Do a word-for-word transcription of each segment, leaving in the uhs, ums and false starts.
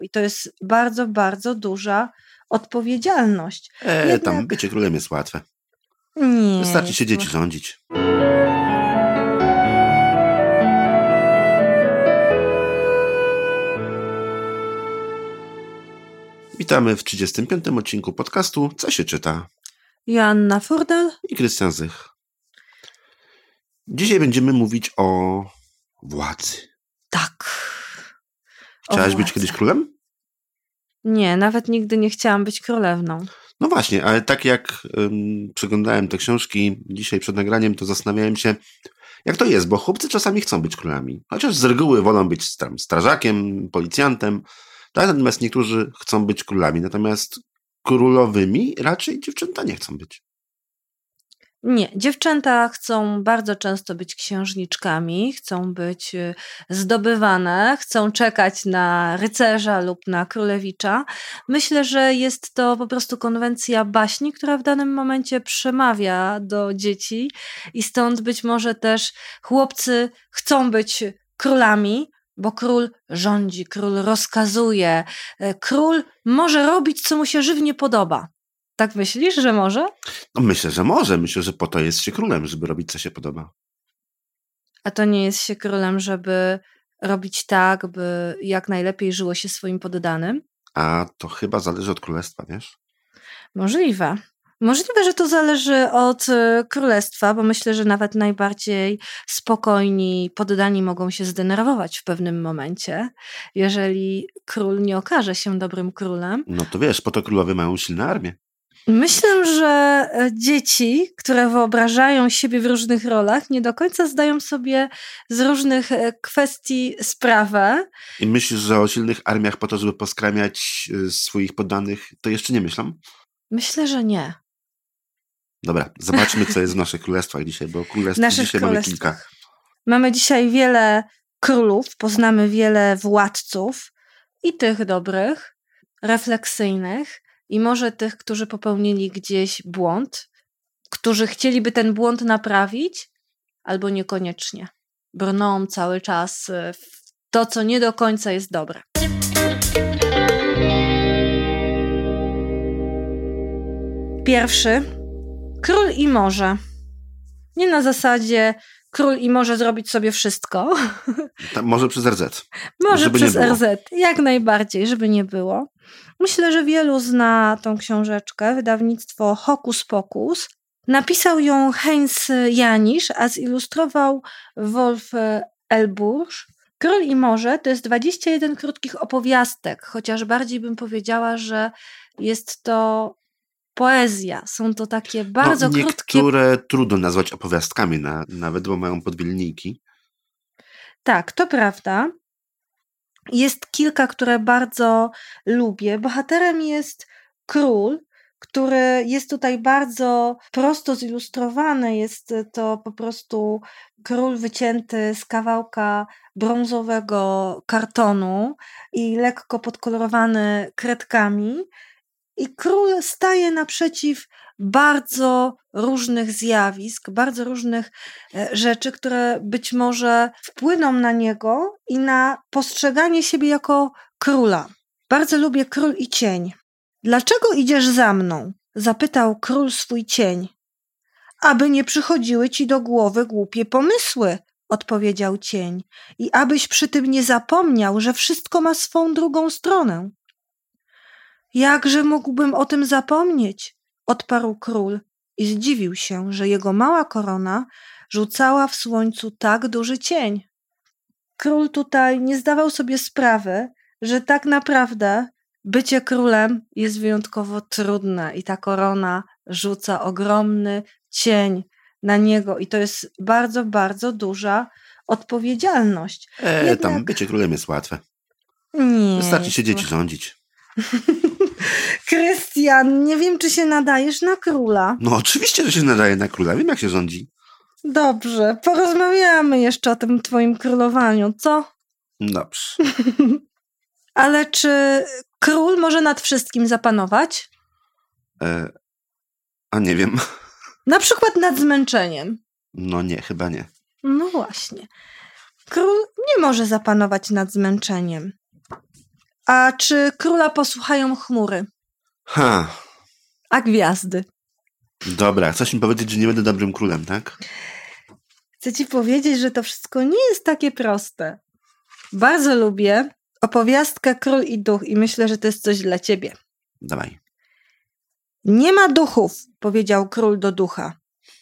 I to jest bardzo, bardzo duża odpowiedzialność. E, Jednak... tam bycie królem jest łatwe. Nie. Wystarczy siedzieć i rządzić. Witamy w trzydziestym piątym odcinku podcastu Co się czyta? Joanna Furdal i Krystian Zych. Dzisiaj będziemy mówić o władzy. Tak. Chciałaś być kiedyś królem? Nie, nawet nigdy nie chciałam być królewną. No właśnie, ale tak jak um, przeglądałem te książki dzisiaj przed nagraniem, to zastanawiałem się, jak to jest, bo chłopcy czasami chcą być królami. Chociaż z reguły wolą być tam strażakiem, policjantem, tak? Natomiast niektórzy chcą być królami. Natomiast królowymi raczej dziewczęta nie chcą być. Nie, dziewczęta chcą bardzo często być księżniczkami, chcą być zdobywane, chcą czekać na rycerza lub na królewicza. Myślę, że jest to po prostu konwencja baśni, która w danym momencie przemawia do dzieci i stąd być może też chłopcy chcą być królami, bo król rządzi, król rozkazuje, król może robić, co mu się żywnie podoba. Tak myślisz, że może? No myślę, że może. Myślę, że po to jest się królem, żeby robić, co się podoba. A to nie jest się królem, żeby robić tak, by jak najlepiej żyło się swoim poddanym? A to chyba zależy od królestwa, wiesz? Możliwe. Możliwe, że to zależy od królestwa, bo myślę, że nawet najbardziej spokojni poddani mogą się zdenerwować w pewnym momencie, jeżeli król nie okaże się dobrym królem. No to wiesz, po to królowie mają silne armię. Myślę, że dzieci, które wyobrażają siebie w różnych rolach, nie do końca zdają sobie z różnych kwestii sprawę. I myślisz, że o silnych armiach po to, żeby poskramiać swoich poddanych, to jeszcze nie myślą? Myślę, że nie. Dobra, zobaczmy, co jest w naszych królestwach dzisiaj, bo królestw dzisiaj mamy kilka. Mamy dzisiaj wiele królów, poznamy wiele władców i tych dobrych, refleksyjnych, i może tych, którzy popełnili gdzieś błąd, którzy chcieliby ten błąd naprawić, albo niekoniecznie. Brną cały czas w to, co nie do końca jest dobre. Pierwszy. Król i morze. Nie na zasadzie król i może zrobić sobie wszystko. Tam może przez R Z. Może żeby przez R Z, jak najbardziej, żeby nie było. Myślę, że wielu zna tą książeczkę, wydawnictwo Hokus Pokus. Napisał ją Heinz Janisch, a zilustrował Wolf Elburz. Król i morze to jest dwadzieścia jeden krótkich opowiastek, chociaż bardziej bym powiedziała, że jest to poezja. Są to takie bardzo no, niektóre krótkie... Niektóre trudno nazwać opowiastkami, na, nawet bo mają podwilniki. Tak, to prawda. Jest kilka, które bardzo lubię. Bohaterem jest król, który jest tutaj bardzo prosto zilustrowany. Jest to po prostu król wycięty z kawałka brązowego kartonu i lekko podkolorowany kredkami. I król staje naprzeciw bardzo różnych zjawisk, bardzo różnych rzeczy, które być może wpłyną na niego i na postrzeganie siebie jako króla. Bardzo lubię Król i cień. Dlaczego idziesz za mną? Zapytał król swój cień. Aby nie przychodziły ci do głowy głupie pomysły, odpowiedział cień. I abyś przy tym nie zapomniał, że wszystko ma swą drugą stronę. Jakże mógłbym o tym zapomnieć? Odparł król i zdziwił się, że jego mała korona rzucała w słońcu tak duży cień. Król tutaj nie zdawał sobie sprawy, że tak naprawdę bycie królem jest wyjątkowo trudne i ta korona rzuca ogromny cień na niego i to jest bardzo, bardzo duża odpowiedzialność. E, Jednak... tam bycie królem jest łatwe. Nie. Wystarczy siedzieć i rządzić. Krystian, nie wiem, czy się nadajesz na króla. No oczywiście, że się nadaje na króla. Wiem, jak się rządzi. Dobrze, porozmawiamy jeszcze o tym twoim królowaniu, co? Dobrze. Ale czy król może nad wszystkim zapanować? E, a nie wiem. Na przykład nad zmęczeniem. No nie, chyba nie. No właśnie. Król nie może zapanować nad zmęczeniem. A czy króla posłuchają chmury? Ha. A gwiazdy? Dobra, chcesz mi powiedzieć, że nie będę dobrym królem, tak? Chcę ci powiedzieć, że to wszystko nie jest takie proste. Bardzo lubię opowiastkę Król i Duch i myślę, że to jest coś dla ciebie. Dawaj. Nie ma duchów, powiedział król do ducha.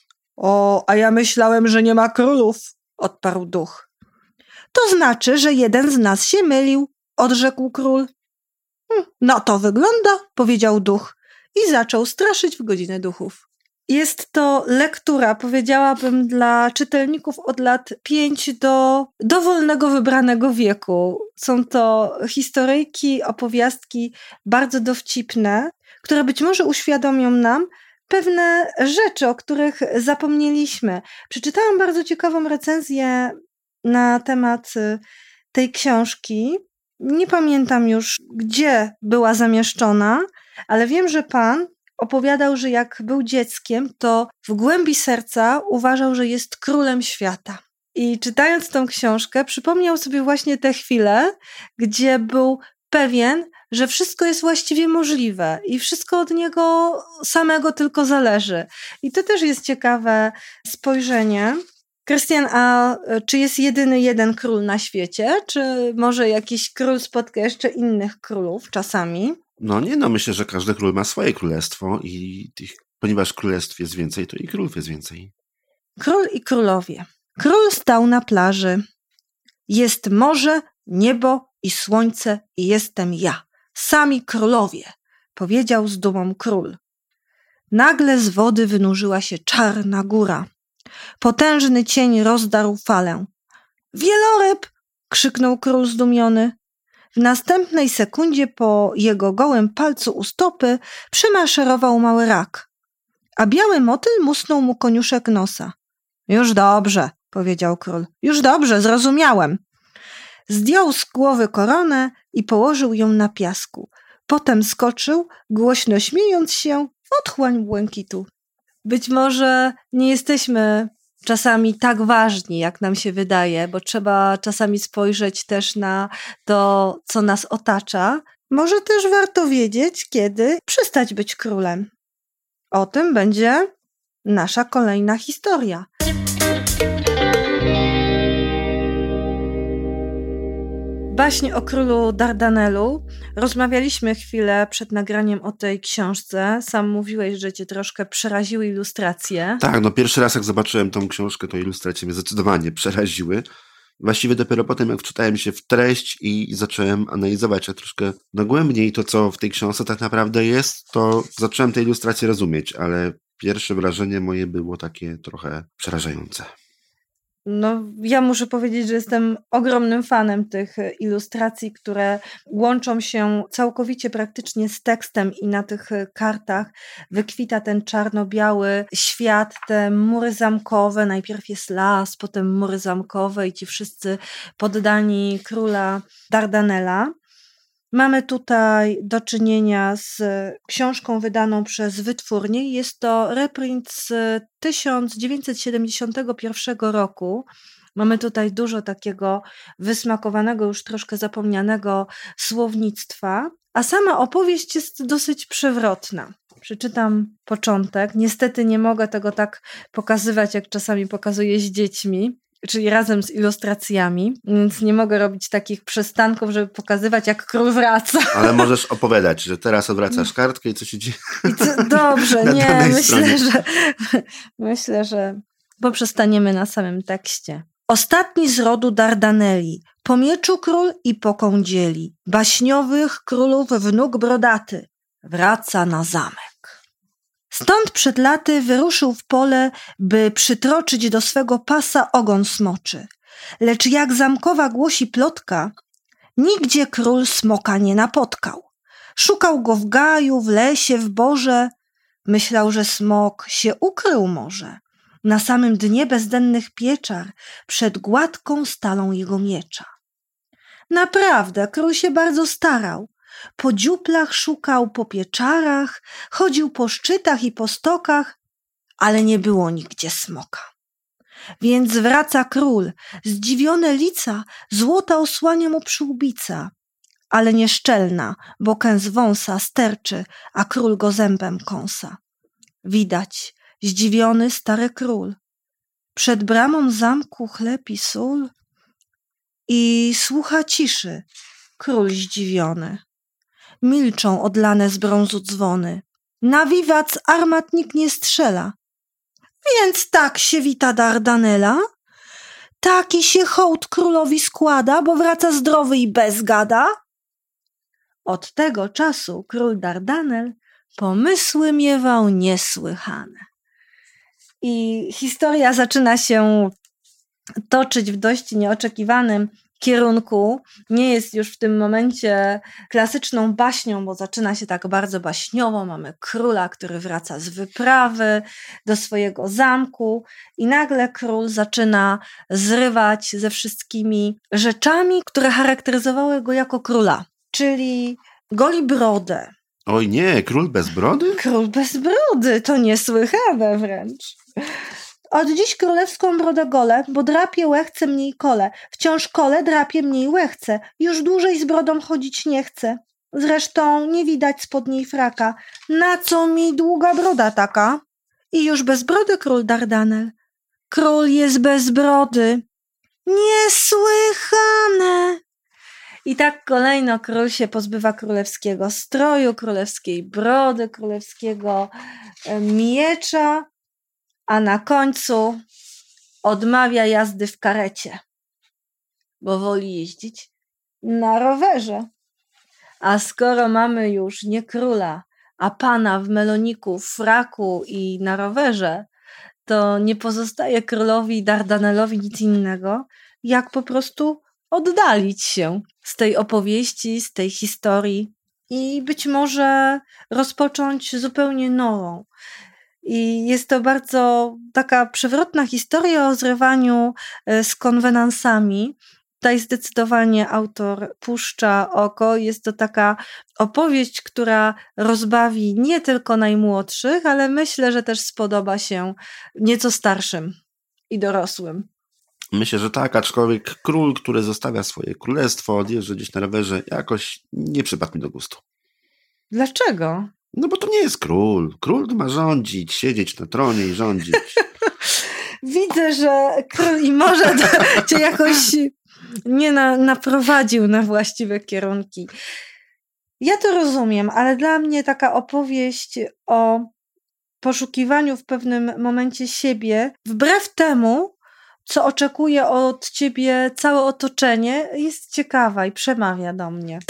O, a ja myślałem, że nie ma królów, odparł duch. To znaczy, że jeden z nas się mylił, odrzekł król. Hm, no to wygląda, powiedział duch i zaczął straszyć w godzinę duchów. Jest to lektura, powiedziałabym, dla czytelników od lat pięć do dowolnego wybranego wieku. Są to historyjki, opowiastki bardzo dowcipne, które być może uświadomią nam pewne rzeczy, o których zapomnieliśmy. Przeczytałam bardzo ciekawą recenzję na temat tej książki. Nie pamiętam już, gdzie była zamieszczona, ale wiem, że pan opowiadał, że jak był dzieckiem, to w głębi serca uważał, że jest królem świata. I czytając tą książkę, przypomniał sobie właśnie te chwile, gdzie był pewien, że wszystko jest właściwie możliwe i wszystko od niego samego tylko zależy. I to też jest ciekawe spojrzenie. Krystian, a czy jest jedyny jeden król na świecie? Czy może jakiś król spotka jeszcze innych królów czasami? No nie, no myślę, że każdy król ma swoje królestwo i tych, ponieważ królestw jest więcej, to i królów jest więcej. Król i królowie. Król stał na plaży. Jest morze, niebo i słońce i jestem ja. Sami królowie, powiedział z dumą król. Nagle z wody wynurzyła się czarna góra. Potężny cień rozdarł falę. Wieloryb! Krzyknął król zdumiony. W następnej sekundzie po jego gołym palcu u stopy przemaszerował mały rak, a biały motyl musnął mu koniuszek nosa. Już dobrze, powiedział król. Już dobrze, zrozumiałem. Zdjął z głowy koronę i położył ją na piasku. Potem skoczył, głośno śmiejąc się, w otchłań błękitu. Być może nie jesteśmy czasami tak ważni, jak nam się wydaje, bo trzeba czasami spojrzeć też na to, co nas otacza. Może też warto wiedzieć, kiedy przestać być królem. O tym będzie nasza kolejna historia. Baśń o królu Dardanelu. Rozmawialiśmy chwilę przed nagraniem o tej książce. Sam mówiłeś, że cię troszkę przeraziły ilustracje. Tak, no pierwszy raz jak zobaczyłem tą książkę, to ilustracje mnie zdecydowanie przeraziły. Właściwie dopiero potem, jak wczytałem się w treść i zacząłem analizować troszkę dogłębniej to, co w tej książce tak naprawdę jest, to zacząłem te ilustracje rozumieć, ale pierwsze wrażenie moje było takie trochę przerażające. No, ja muszę powiedzieć, że jestem ogromnym fanem tych ilustracji, które łączą się całkowicie praktycznie z tekstem i na tych kartach wykwita ten czarno-biały świat, te mury zamkowe, najpierw jest las, potem mury zamkowe i ci wszyscy poddani króla Dardanela. Mamy tutaj do czynienia z książką wydaną przez wytwórnię. Jest to reprint z tysiąc dziewięćset siedemdziesiątego pierwszego roku. Mamy tutaj dużo takiego wysmakowanego, już troszkę zapomnianego słownictwa, a sama opowieść jest dosyć przewrotna. Przeczytam początek. Niestety nie mogę tego tak pokazywać, jak czasami pokazuję z dziećmi, czyli razem z ilustracjami, więc nie mogę robić takich przystanków, żeby pokazywać, jak król wraca. Ale możesz opowiadać, że teraz odwracasz kartkę i co się dzieje. I co, dobrze, nie, myślę, że myślę, że poprzestaniemy na samym tekście. Ostatni z rodu Dardaneli, po mieczu król i po kądzieli, baśniowych królów wnuk brodaty, wraca na zamek. Stąd przed laty wyruszył w pole, by przytroczyć do swego pasa ogon smoczy. Lecz jak zamkowa głosi plotka, nigdzie król smoka nie napotkał. Szukał go w gaju, w lesie, w borze. Myślał, że smok się ukrył może. Na samym dnie bezdennych pieczar, przed gładką stalą jego miecza. Naprawdę, król się bardzo starał. Po dziuplach szukał, po pieczarach, chodził po szczytach i po stokach, ale nie było nigdzie smoka. Więc wraca król, zdziwione lica, złota osłania mu przyłbica, ale nieszczelna, bo kęs wąsa sterczy, a król go zębem kąsa. Widać, zdziwiony stary król. Przed bramą zamku chleb i sól i słucha ciszy, król zdziwiony. Milczą odlane z brązu dzwony. Na wiwac armat nikt nie strzela. Więc tak się wita Dardanela? Taki się hołd królowi składa, bo wraca zdrowy i bez gada? Od tego czasu król Dardanel pomysły miewał niesłychane. I historia zaczyna się toczyć w dość nieoczekiwanym kierunku. Nie jest już w tym momencie klasyczną baśnią, bo zaczyna się tak bardzo baśniowo. Mamy króla, który wraca z wyprawy do swojego zamku i nagle król zaczyna zrywać ze wszystkimi rzeczami, które charakteryzowały go jako króla. Czyli goli brodę. Oj nie, król bez brody? Król bez brody, to niesłychane wręcz. Od dziś królewską brodę golę, bo drapie łechce mniej kole. Wciąż kole drapie mniej łechce. Już dłużej z brodą chodzić nie chcę. Zresztą nie widać spod niej fraka. Na co mi długa broda taka? I już bez brody król Dardanel. Król jest bez brody. Niesłychane! I tak kolejno król się pozbywa królewskiego stroju, królewskiej brody, królewskiego miecza, a na końcu odmawia jazdy w karecie, bo woli jeździć na rowerze. A skoro mamy już nie króla, a pana w meloniku, w fraku i na rowerze, to nie pozostaje królowi Dardanelowi nic innego, jak po prostu oddalić się z tej opowieści, z tej historii i być może rozpocząć zupełnie nową. I jest to bardzo taka przewrotna historia o zrywaniu z konwenansami. Tutaj zdecydowanie autor puszcza oko. Jest to taka opowieść, która rozbawi nie tylko najmłodszych, ale myślę, że też spodoba się nieco starszym i dorosłym. Myślę, że tak, aczkolwiek król, który zostawia swoje królestwo, odjeżdża gdzieś na rowerze, jakoś nie przypadł mi do gustu. Dlaczego? No bo to nie jest król. Król ma rządzić, siedzieć na tronie i rządzić. Widzę, że król i może cię jakoś nie na, naprowadził na właściwe kierunki. Ja to rozumiem, ale dla mnie taka opowieść o poszukiwaniu w pewnym momencie siebie, wbrew temu, co oczekuje od ciebie całe otoczenie, jest ciekawa i przemawia do mnie.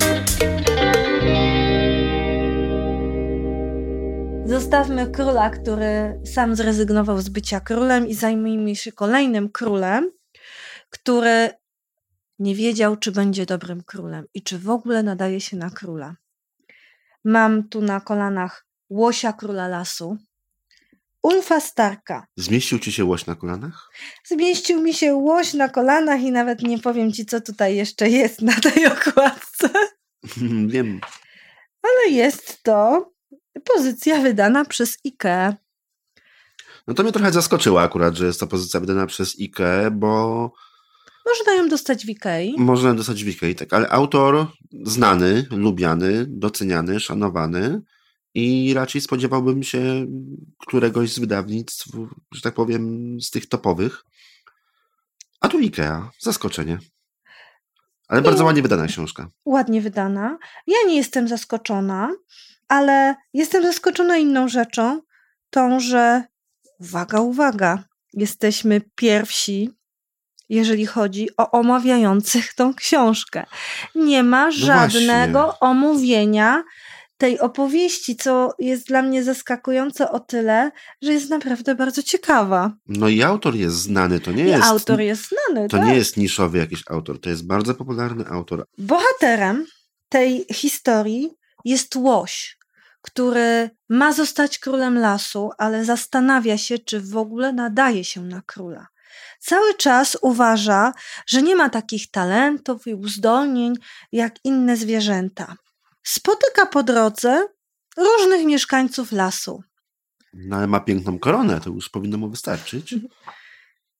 Zostawmy króla, który sam zrezygnował z bycia królem i zajmijmy się kolejnym królem, który nie wiedział, czy będzie dobrym królem i czy w ogóle nadaje się na króla. Mam tu na kolanach łosia króla lasu, Ulfa Starka. Zmieścił ci się łoś na kolanach? Zmieścił mi się łoś na kolanach i nawet nie powiem ci, co tutaj jeszcze jest na tej okładce. Wiem. Ale jest to pozycja wydana przez IKEA. No to mnie trochę zaskoczyło akurat, że jest to pozycja wydana przez IKEA, bo... Można ją dostać w Ikei. Można ją dostać w Ikei, tak, ale autor znany, lubiany, doceniany, szanowany i raczej spodziewałbym się któregoś z wydawnictw, że tak powiem, z tych topowych. A tu IKEA, zaskoczenie. Ale bardzo I ładnie wydana książka. Ładnie wydana. Ja nie jestem zaskoczona, ale jestem zaskoczona inną rzeczą, tą, że uwaga, uwaga, jesteśmy pierwsi, jeżeli chodzi o omawiających tą książkę. Nie ma żadnego no omówienia tej opowieści, co jest dla mnie zaskakujące o tyle, że jest naprawdę bardzo ciekawa. No i autor jest znany, to nie I jest... autor jest znany, To tak. nie jest niszowy jakiś autor, to jest bardzo popularny autor. Bohaterem tej historii jest łoś, który ma zostać królem lasu, ale zastanawia się, czy w ogóle nadaje się na króla. Cały czas uważa, że nie ma takich talentów i uzdolnień jak inne zwierzęta. Spotyka po drodze różnych mieszkańców lasu. No ale ma piękną koronę, to już powinno mu wystarczyć.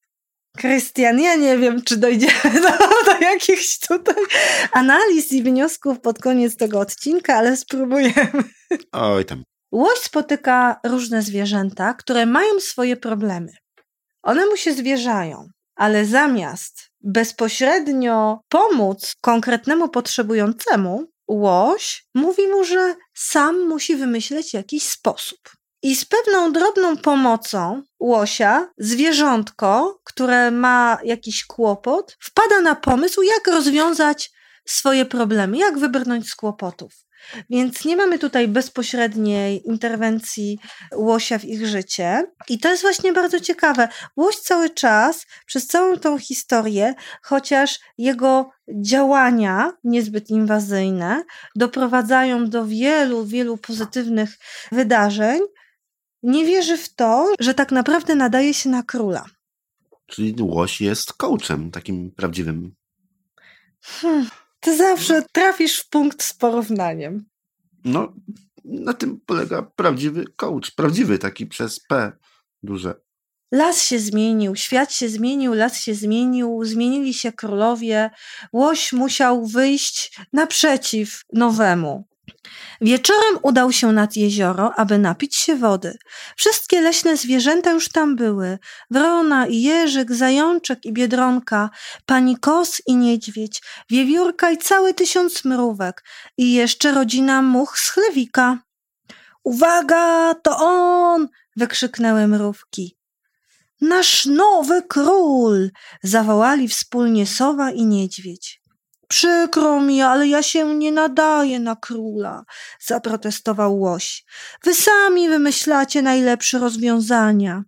Krystian, ja nie wiem, czy dojdziemy do, do jakichś tutaj analiz i wniosków pod koniec tego odcinka, ale spróbujemy. Oj tam. Łoś spotyka różne zwierzęta, które mają swoje problemy. One mu się zwierzają, ale zamiast bezpośrednio pomóc konkretnemu potrzebującemu, łoś mówi mu, że sam musi wymyśleć jakiś sposób. I z pewną drobną pomocą łosia, zwierzątko, które ma jakiś kłopot, wpada na pomysł, jak rozwiązać swoje problemy, jak wybrnąć z kłopotów. Więc nie mamy tutaj bezpośredniej interwencji łosia w ich życie. I to jest właśnie bardzo ciekawe. Łoś cały czas, przez całą tą historię, chociaż jego działania niezbyt inwazyjne doprowadzają do wielu, wielu pozytywnych wydarzeń, nie wierzy w to, że tak naprawdę nadaje się na króla. Czyli łoś jest coachem takim prawdziwym. Hmm. Ty zawsze trafisz w punkt z porównaniem. No, na tym polega prawdziwy coach. Prawdziwy, taki przez P duże. Las się zmienił, świat się zmienił, las się zmienił, zmienili się królowie. Łoś musiał wyjść naprzeciw nowemu. Wieczorem udał się nad jezioro, aby napić się wody. Wszystkie leśne zwierzęta już tam były. Wrona i jeżyk, zajączek i biedronka, pani kos i niedźwiedź, wiewiórka i cały tysiąc mrówek i jeszcze rodzina much z chlewika. Uwaga, to on! Wykrzyknęły mrówki. Nasz nowy król! Zawołali wspólnie sowa i niedźwiedź. Przykro mi, ale ja się nie nadaję na króla, zaprotestował łoś. Wy sami wymyślacie najlepsze rozwiązania.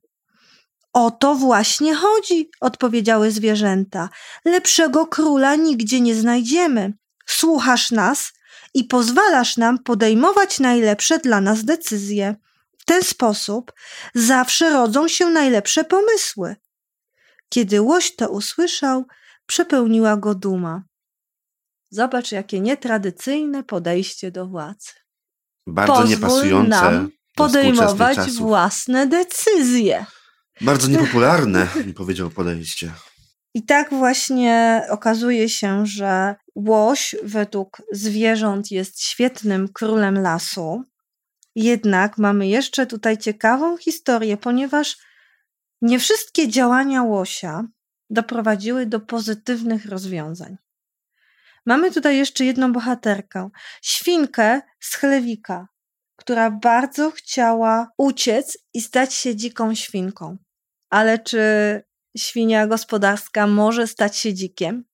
O to właśnie chodzi, odpowiedziały zwierzęta. Lepszego króla nigdzie nie znajdziemy. Słuchasz nas i pozwalasz nam podejmować najlepsze dla nas decyzje. W ten sposób zawsze rodzą się najlepsze pomysły. Kiedy łoś to usłyszał, przepełniła go duma. Zobacz, jakie nietradycyjne podejście do władzy. Bardzo Pozwól niepasujące nam podejmować czasów. własne decyzje. Bardzo niepopularne, mi powiedział podejście. I tak właśnie okazuje się, że łoś według zwierząt jest świetnym królem lasu. Jednak mamy jeszcze tutaj ciekawą historię, ponieważ nie wszystkie działania łosia doprowadziły do pozytywnych rozwiązań. Mamy tutaj jeszcze jedną bohaterkę, świnkę z chlewika, która bardzo chciała uciec i stać się dziką świnką. Ale czy świnia gospodarska może stać się dzikiem?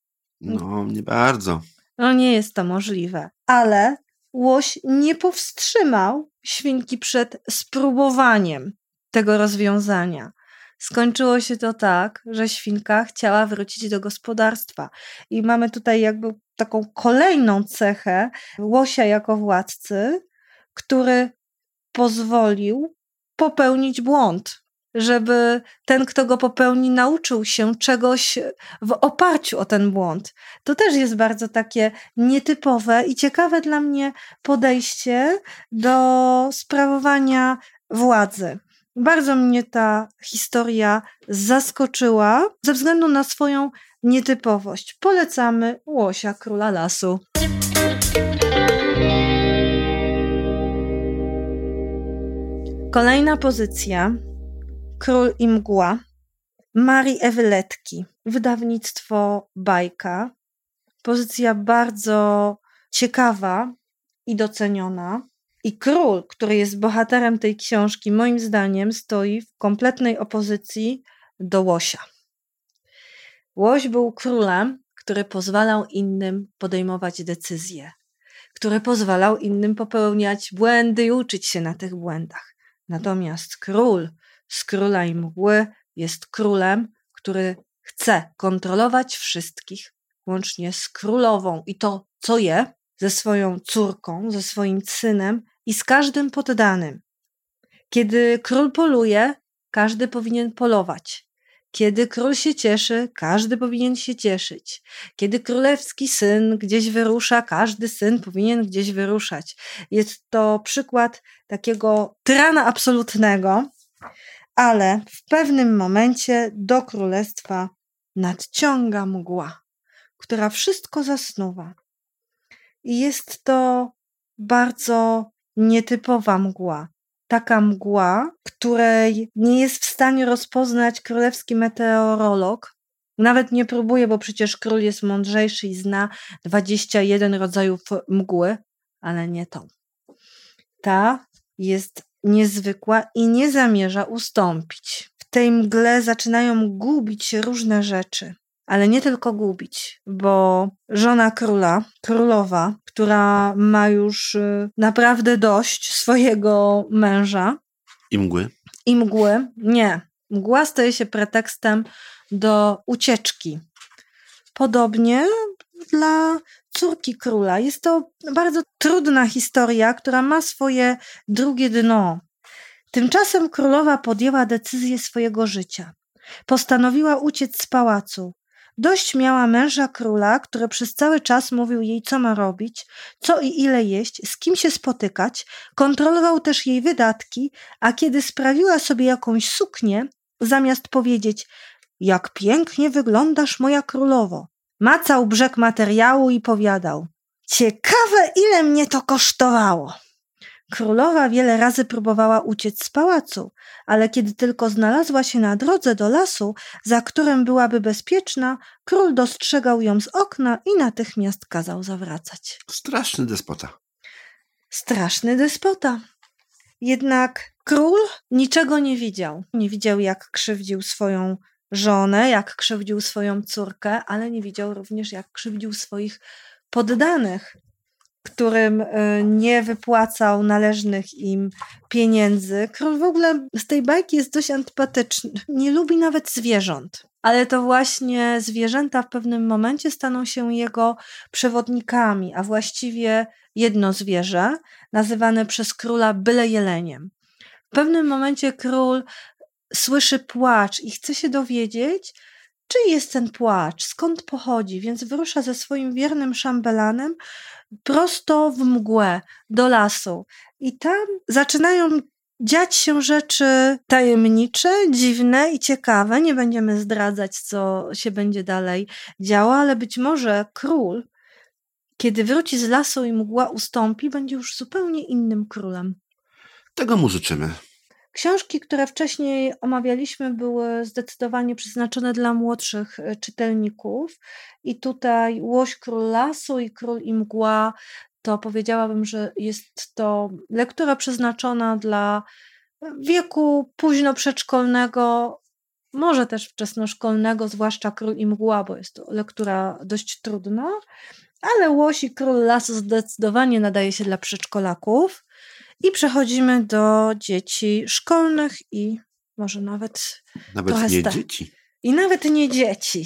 No, nie bardzo. No nie jest to możliwe, ale łoś nie powstrzymał świnki przed spróbowaniem tego rozwiązania. Skończyło się to tak, że świnka chciała wrócić do gospodarstwa. I mamy tutaj jakby taką kolejną cechę łosia jako władcy, który pozwolił popełnić błąd, żeby ten, kto go popełni, nauczył się czegoś w oparciu o ten błąd. To też jest bardzo takie nietypowe i ciekawe dla mnie podejście do sprawowania władzy. Bardzo mnie ta historia zaskoczyła ze względu na swoją nietypowość. Polecamy Łosia Króla Lasu. Kolejna pozycja. Król i mgła. Marii Ewy Letki. Wydawnictwo Bajka. Pozycja bardzo ciekawa i doceniona. I król, który jest bohaterem tej książki, moim zdaniem stoi w kompletnej opozycji do łosia. Łoś był królem, który pozwalał innym podejmować decyzje, który pozwalał innym popełniać błędy i uczyć się na tych błędach. Natomiast król z Króla i Mgły jest królem, który chce kontrolować wszystkich, łącznie z królową i to, co je, ze swoją córką, ze swoim synem i z każdym poddanym. Kiedy król poluje, każdy powinien polować. Kiedy król się cieszy, każdy powinien się cieszyć. Kiedy królewski syn gdzieś wyrusza, każdy syn powinien gdzieś wyruszać. Jest to przykład takiego tyrana absolutnego, ale w pewnym momencie do królestwa nadciąga mgła, która wszystko zasnuwa. I jest to bardzo nietypowa mgła. Taka mgła, której nie jest w stanie rozpoznać królewski meteorolog. Nawet nie próbuje, bo przecież król jest mądrzejszy i zna dwadzieścia jeden rodzajów mgły, ale nie tą. Ta jest niezwykła i nie zamierza ustąpić. W tej mgle zaczynają gubić się różne rzeczy. Ale nie tylko gubić, bo żona króla, królowa, która ma już naprawdę dość swojego męża. I mgły? I mgły. Nie. Mgła staje się pretekstem do ucieczki. Podobnie dla córki króla. Jest to bardzo trudna historia, która ma swoje drugie dno. Tymczasem królowa podjęła decyzję swojego życia. Postanowiła uciec z pałacu. Dość miała męża króla, który przez cały czas mówił jej, co ma robić, co i ile jeść, z kim się spotykać, kontrolował też jej wydatki, a kiedy sprawiła sobie jakąś suknię, zamiast powiedzieć, jak pięknie wyglądasz, moja królowo, macał brzeg materiału i powiadał, ciekawe, ile mnie to kosztowało. Królowa wiele razy próbowała uciec z pałacu, ale kiedy tylko znalazła się na drodze do lasu, za którym byłaby bezpieczna, król dostrzegał ją z okna i natychmiast kazał zawracać. Straszny despota. Straszny despota. Jednak król niczego nie widział. Nie widział, jak krzywdził swoją żonę, jak krzywdził swoją córkę, ale nie widział również, jak krzywdził swoich poddanych, którym nie wypłacał należnych im pieniędzy. Król w ogóle z tej bajki jest dość antypatyczny. Nie lubi nawet zwierząt. Ale to właśnie zwierzęta w pewnym momencie staną się jego przewodnikami, a właściwie jedno zwierzę, nazywane przez króla byle jeleniem. W pewnym momencie król słyszy płacz i chce się dowiedzieć, czyj jest ten płacz, skąd pochodzi, więc wyrusza ze swoim wiernym szambelanem prosto w mgłę, do lasu. I tam zaczynają dziać się rzeczy tajemnicze, dziwne i ciekawe. Nie będziemy zdradzać, co się będzie dalej działo, ale być może król, kiedy wróci z lasu i mgła ustąpi, będzie już zupełnie innym królem. Tego mu życzymy. Książki, które wcześniej omawialiśmy, były zdecydowanie przeznaczone dla młodszych czytelników i tutaj Łoś, Król Lasu i Król i Mgła, to powiedziałabym, że jest to lektura przeznaczona dla wieku późno przedszkolnego, może też wczesnoszkolnego, zwłaszcza Król i Mgła, bo jest to lektura dość trudna, ale Łoś i Król Lasu zdecydowanie nadaje się dla przedszkolaków. I przechodzimy do dzieci szkolnych i może nawet Nawet trochę nie sta- dzieci. I nawet nie dzieci.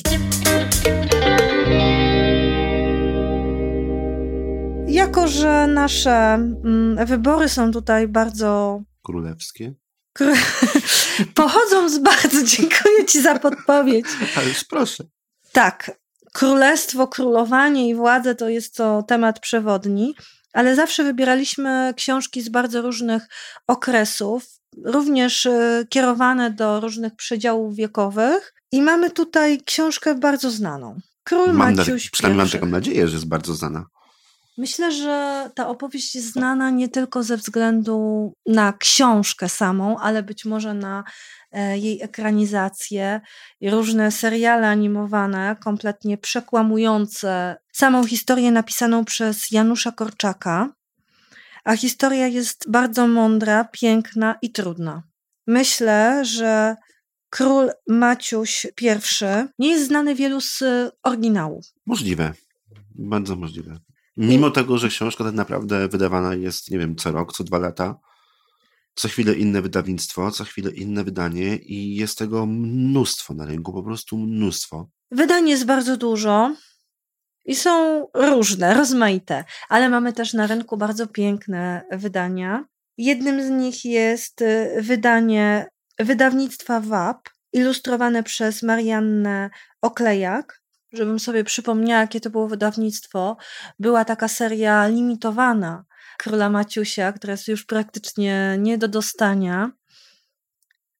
Jako że nasze mm, wybory są tutaj bardzo Królewskie. pochodzą z bardzo, dziękuję Ci za podpowiedź. Ależ proszę. Tak, królestwo, królowanie i władze to jest to temat przewodni, ale zawsze wybieraliśmy książki z bardzo różnych okresów, również kierowane do różnych przedziałów wiekowych i mamy tutaj książkę bardzo znaną. Król Mam Maciuś na, przynajmniej pierwszy. mam taką nadzieję, że jest bardzo znana. Myślę, że ta opowieść jest znana nie tylko ze względu na książkę samą, ale być może na jej ekranizację i różne seriale animowane, kompletnie przekłamujące samą historię napisaną przez Janusza Korczaka. A historia jest bardzo mądra, piękna i trudna. Myślę, że Król Maciuś pierwszy nie jest znany wielu z oryginału. Możliwe. Bardzo możliwe. Mimo tego, że książka tak naprawdę wydawana jest, nie wiem, co rok, co dwa lata, co chwilę inne wydawnictwo, co chwilę inne wydanie i jest tego mnóstwo na rynku, po prostu mnóstwo. Wydań jest bardzo dużo i są różne, rozmaite, ale mamy też na rynku bardzo piękne wydania. Jednym z nich jest wydanie wydawnictwa W A P, ilustrowane przez Mariannę Oklejak. Żebym sobie przypomniała, jakie to było wydawnictwo, była taka seria limitowana Króla Maciusia, która jest już praktycznie nie do dostania.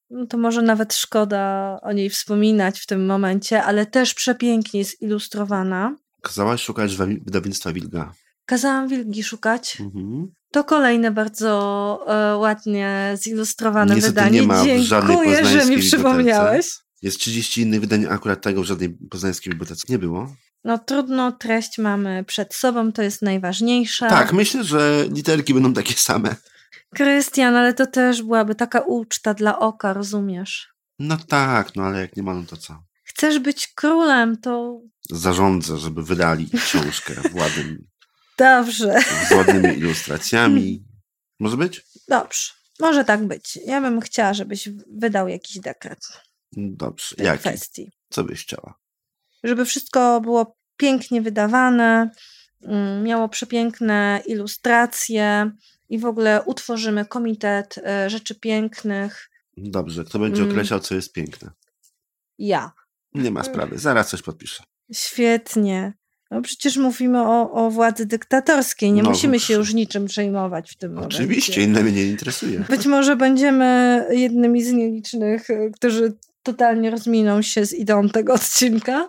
No to może nawet szkoda o niej wspominać w tym momencie, ale też przepięknie zilustrowana. Kazałaś szukać wydawnictwa Wilga. Kazałam Wilgi szukać. Mhm. To kolejne bardzo e, ładnie zilustrowane Niestety wydanie. nie ma w żadnej Dziękuję, że mi poznańskiej przypomniałeś. Jest trzydzieści innych wydań, akurat tego w żadnej poznańskiej bibliotece nie było. No trudno, treść mamy przed sobą, to jest najważniejsze. Tak, myślę, że literki będą takie same. Krystian, ale to też byłaby taka uczta dla oka, rozumiesz? No tak, no ale jak nie ma, no to co? Chcesz być królem, to... Zarządzę, żeby wydali książkę w ładnym... Dobrze. Z ładnymi ilustracjami. Może być? Dobrze, może tak być. Ja bym chciała, żebyś wydał jakiś dekret. Dobrze, w tej jaki? kwestii. Co byś chciała? Żeby wszystko było pięknie wydawane, miało przepiękne ilustracje i w ogóle utworzymy komitet rzeczy pięknych. Dobrze, kto będzie określał, co jest piękne? Ja. Nie ma sprawy, zaraz coś podpiszę. Świetnie. No przecież mówimy o, o władzy dyktatorskiej, nie no, musimy się już niczym przejmować w tym momencie. Oczywiście, inne mnie nie interesuje. Być może będziemy jednymi z nielicznych, którzy totalnie rozminą się z ideą tego odcinka.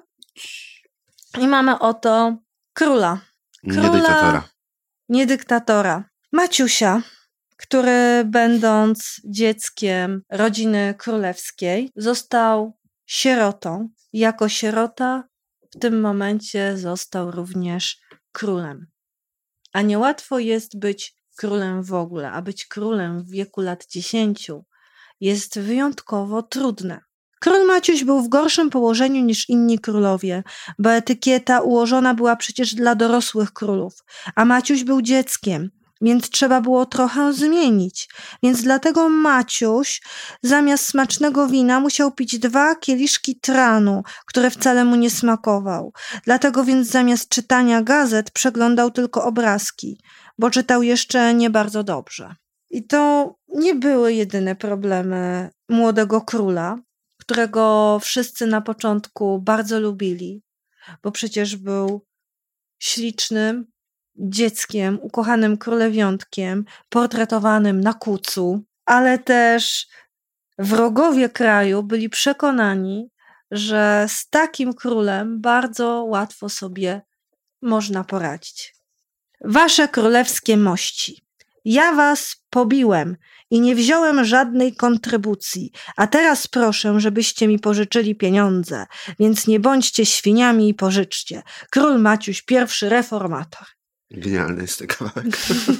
I mamy oto króla. króla nie dyktatora. Nie dyktatora. Maciusia, który będąc dzieckiem rodziny królewskiej, został sierotą. Jako sierota w tym momencie został również królem. A niełatwo jest być królem w ogóle, a być królem w wieku lat dziesięciu jest wyjątkowo trudne. Król Maciuś był w gorszym położeniu niż inni królowie, bo etykieta ułożona była przecież dla dorosłych królów, a Maciuś był dzieckiem, więc trzeba było trochę zmienić. Więc dlatego Maciuś zamiast smacznego wina musiał pić dwa kieliszki tranu, które wcale mu nie smakował. Dlatego więc zamiast czytania gazet przeglądał tylko obrazki, bo czytał jeszcze nie bardzo dobrze. I to nie były jedyne problemy młodego króla, którego wszyscy na początku bardzo lubili, bo przecież był ślicznym dzieckiem, ukochanym królewiątkiem, portretowanym na kucu, ale też wrogowie kraju byli przekonani, że z takim królem bardzo łatwo sobie można poradzić. Wasze królewskie mości, ja was pobiłem i nie wziąłem żadnej kontrybucji, a teraz proszę, żebyście mi pożyczyli pieniądze, więc nie bądźcie świniami i pożyczcie. Król Maciuś, pierwszy reformator. Genialny jest ten kawałek.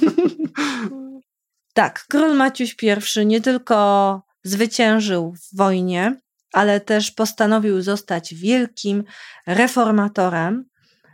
Tak, król Maciuś I nie tylko zwyciężył w wojnie, ale też postanowił zostać wielkim reformatorem.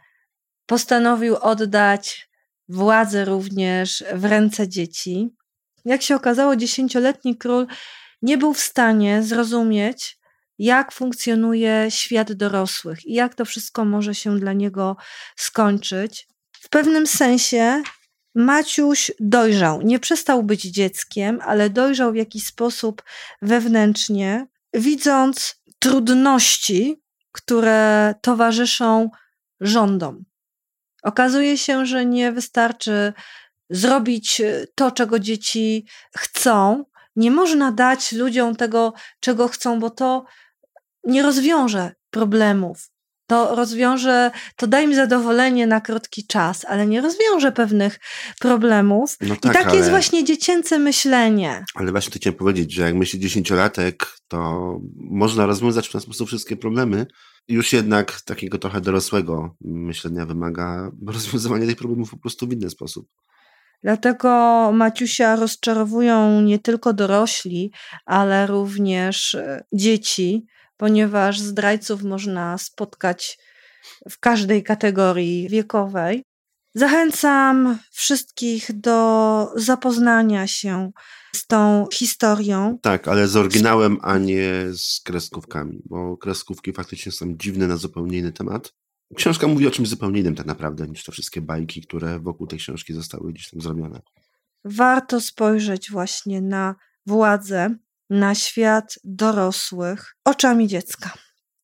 Postanowił oddać władzę również w ręce dzieci. Jak się okazało, dziesięcioletni król nie był w stanie zrozumieć, jak funkcjonuje świat dorosłych i jak to wszystko może się dla niego skończyć. W pewnym sensie Maciuś dojrzał. Nie przestał być dzieckiem, ale dojrzał w jakiś sposób wewnętrznie, widząc trudności, które towarzyszą rządom. Okazuje się, że nie wystarczy zrobić to, czego dzieci chcą. Nie można dać ludziom tego, czego chcą, bo to nie rozwiąże problemów. To rozwiąże, to da im zadowolenie na krótki czas, ale nie rozwiąże pewnych problemów. No tak, I takie ale... jest właśnie dziecięce myślenie. Ale właśnie to chciałem powiedzieć, że jak myśli dziesięciolatek, to można rozwiązać w ten sposób wszystkie problemy. Już jednak takiego trochę dorosłego myślenia wymaga rozwiązywania tych problemów po prostu w inny sposób. Dlatego Maciusia rozczarowują nie tylko dorośli, ale również dzieci, ponieważ zdrajców można spotkać w każdej kategorii wiekowej. Zachęcam wszystkich do zapoznania się z tą historią. Tak, ale z oryginałem, a nie z kreskówkami, bo kreskówki faktycznie są dziwne na zupełnie inny temat. Książka mówi o czymś zupełnie innym tak naprawdę niż te wszystkie bajki, które wokół tej książki zostały gdzieś tam zrobione. Warto spojrzeć właśnie na władzę, na świat dorosłych oczami dziecka.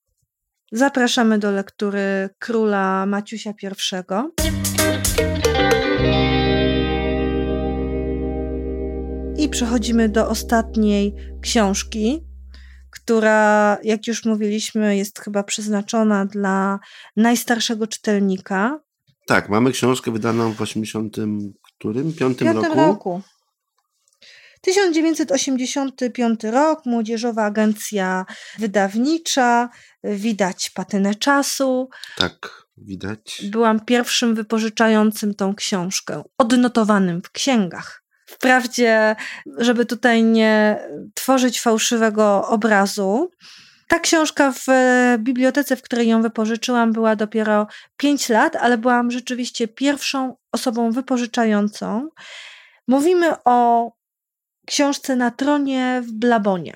Zapraszamy do lektury Króla Maciusia I. I przechodzimy do ostatniej książki, która, jak już mówiliśmy, jest chyba przeznaczona dla najstarszego czytelnika. Tak, mamy książkę wydaną w osiemdziesiątym którym? Piątym Piątym roku? roku. tysiąc dziewięćset osiemdziesiąty piąty rok, Młodzieżowa Agencja Wydawnicza, widać patynę czasu. Tak, widać. Byłam pierwszym wypożyczającym tą książkę, odnotowanym w księgach. Wprawdzie, żeby tutaj nie tworzyć fałszywego obrazu, ta książka w bibliotece, w której ją wypożyczyłam, była dopiero pięć lat, ale byłam rzeczywiście pierwszą osobą wypożyczającą. Mówimy o książce Na tronie w Blabonie.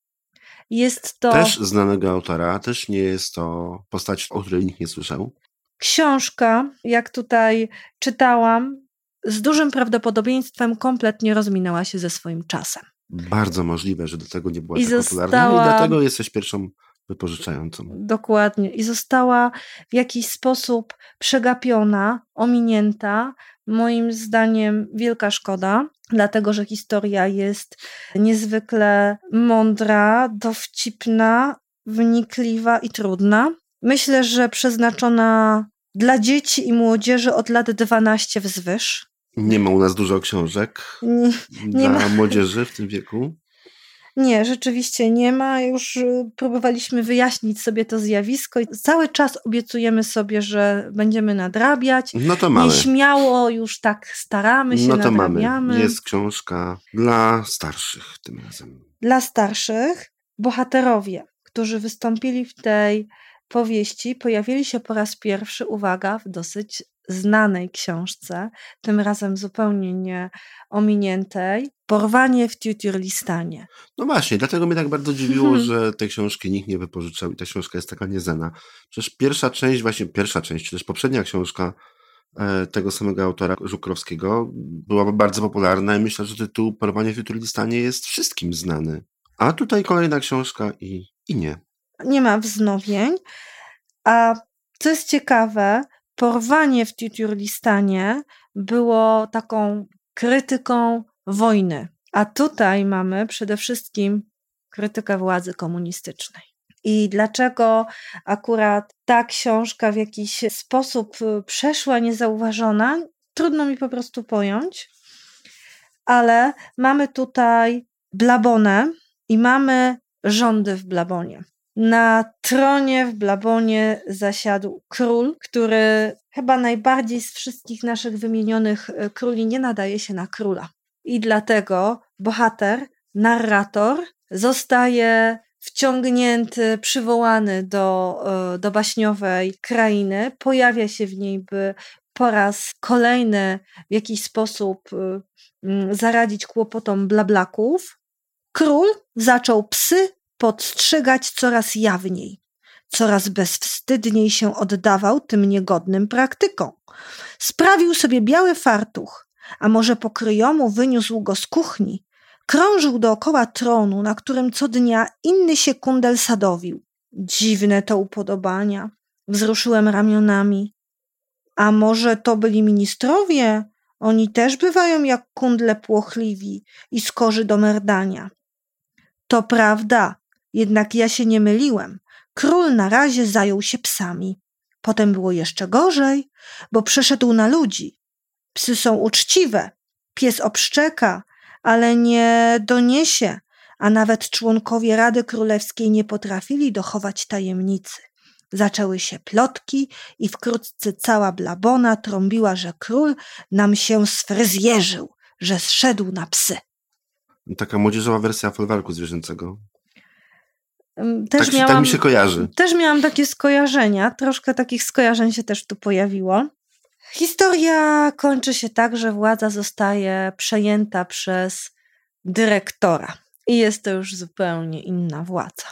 Jest to... Też znanego autora, też nie jest to postać, o której nikt nie słyszał. Książka, jak tutaj czytałam, z dużym prawdopodobieństwem kompletnie rozminęła się ze swoim czasem. Bardzo możliwe, że do tego nie była I tak została... popularna i dlatego jesteś pierwszą wypożyczającą. Dokładnie. I została w jakiś sposób przegapiona, ominięta. Moim zdaniem wielka szkoda, dlatego że historia jest niezwykle mądra, dowcipna, wnikliwa i trudna. Myślę, że przeznaczona dla dzieci i młodzieży od lat dwunastu wzwyż. Nie ma u nas dużo książek nie, nie dla ma. młodzieży w tym wieku. Nie, rzeczywiście nie ma. Już próbowaliśmy wyjaśnić sobie to zjawisko i cały czas obiecujemy sobie, że będziemy nadrabiać. No to mamy. Nieśmiało już tak staramy się, no to nadrabiamy. Mamy. Jest książka dla starszych tym razem. Dla starszych bohaterowie, którzy wystąpili w tej powieści, pojawili się po raz pierwszy, uwaga, w dosyć znanej książce, tym razem zupełnie nie ominiętej, Porwanie w Tjurlistanie. No właśnie, dlatego mnie tak bardzo dziwiło, hmm. że tej książki nikt nie wypożyczał i ta książka jest taka nieznana. Przecież pierwsza część, właśnie pierwsza część, czy też poprzednia książka e, tego samego autora Żukrowskiego była bardzo popularna i myślę, że tytuł Porwanie w Tjurlistanie jest wszystkim znany. A tutaj kolejna książka i, i nie. Nie ma wznowień, a co jest ciekawe, Porwanie w Tjurlistanie było taką krytyką wojny, a tutaj mamy przede wszystkim krytykę władzy komunistycznej. I dlaczego akurat ta książka w jakiś sposób przeszła niezauważona, trudno mi po prostu pojąć, ale mamy tutaj Blabonę i mamy rządy w Blabonie. Na tronie w Blabonie zasiadł król, który chyba najbardziej z wszystkich naszych wymienionych króli nie nadaje się na króla. I dlatego bohater, narrator zostaje wciągnięty, przywołany do, do baśniowej krainy, pojawia się w niej, by po raz kolejny w jakiś sposób zaradzić kłopotom blablaków. Król zaczął psy podstrzegać coraz jawniej, coraz bezwstydniej się oddawał tym niegodnym praktykom. Sprawił sobie biały fartuch, a może pokryjomu wyniósł go z kuchni, krążył dookoła tronu, na którym co dnia inny się kundel sadowił. Dziwne to upodobania, wzruszyłem ramionami. A może to byli ministrowie? Oni też bywają jak kundle płochliwi i skorzy do merdania. To prawda, jednak ja się nie myliłem. Król na razie zajął się psami. Potem było jeszcze gorzej, bo przeszedł na ludzi. Psy są uczciwe, pies obszczeka, ale nie doniesie, a nawet członkowie Rady Królewskiej nie potrafili dochować tajemnicy. Zaczęły się plotki i wkrótce cała Blabona trąbiła, że król nam się sfryzjerzył, że zszedł na psy. Taka młodzieżowa wersja folwarku zwierzęcego. Też tak, miałam, tak mi się kojarzy. Też miałam takie skojarzenia, troszkę takich skojarzeń się też tu pojawiło. Historia kończy się tak, że władza zostaje przejęta przez dyrektora i jest to już zupełnie inna władza.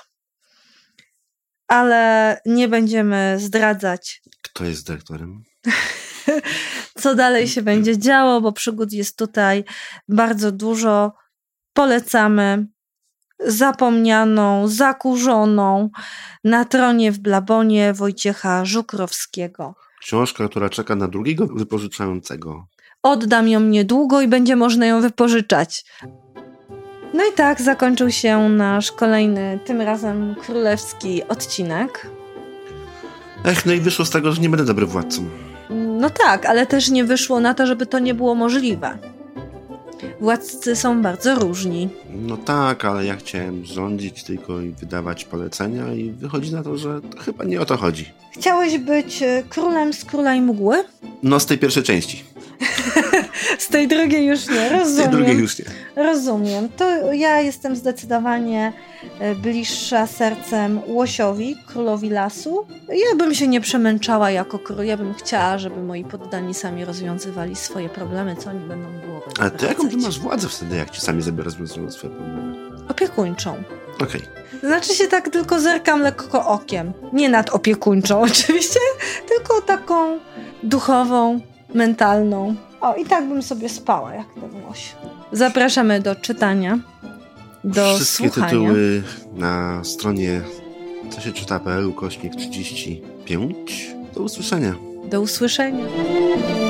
Ale nie będziemy zdradzać. Kto jest dyrektorem? Co dalej się będzie działo, bo przygód jest tutaj bardzo dużo. Polecamy zapomnianą, zakurzoną Na tronie w Blabonie Wojciecha Żukrowskiego. Książka, która czeka na drugiego wypożyczającego. Oddam ją niedługo i będzie można ją wypożyczać. No i tak zakończył się nasz kolejny, tym razem królewski odcinek. Ech, no i wyszło z tego, że nie będę dobrym władcą. No tak, ale też nie wyszło na to, żeby to nie było możliwe. Władcy są bardzo różni. No tak, ale ja chciałem rządzić tylko i wydawać polecenia i wychodzi na to, że to chyba nie o to chodzi. Chciałeś być królem z Króla i Mgły? No z tej pierwszej części. Z tej drugiej już nie, rozumiem. Z tej drugiej już nie. Rozumiem. To ja jestem zdecydowanie bliższa sercem Łosiowi, królowi lasu. Ja bym się nie przemęczała jako król. Ja bym chciała, żeby moi poddani sami rozwiązywali swoje problemy, co oni będą było. Ale to jaką ty masz władzę wtedy, jak ci sami sobie rozwiązują swoje problemy? Opiekuńczą. Okej. Okay. Znaczy się tak tylko zerkam lekko okiem. Nie nadopiekuńczą oczywiście, tylko taką duchową, mentalną. O, i tak bym sobie spała, jak ten łoś. Zapraszamy do czytania, do Wszystkie słuchania. tytuły na stronie co się czyta kropka p l ukośnik trzydzieści pięć. Do usłyszenia. Do usłyszenia.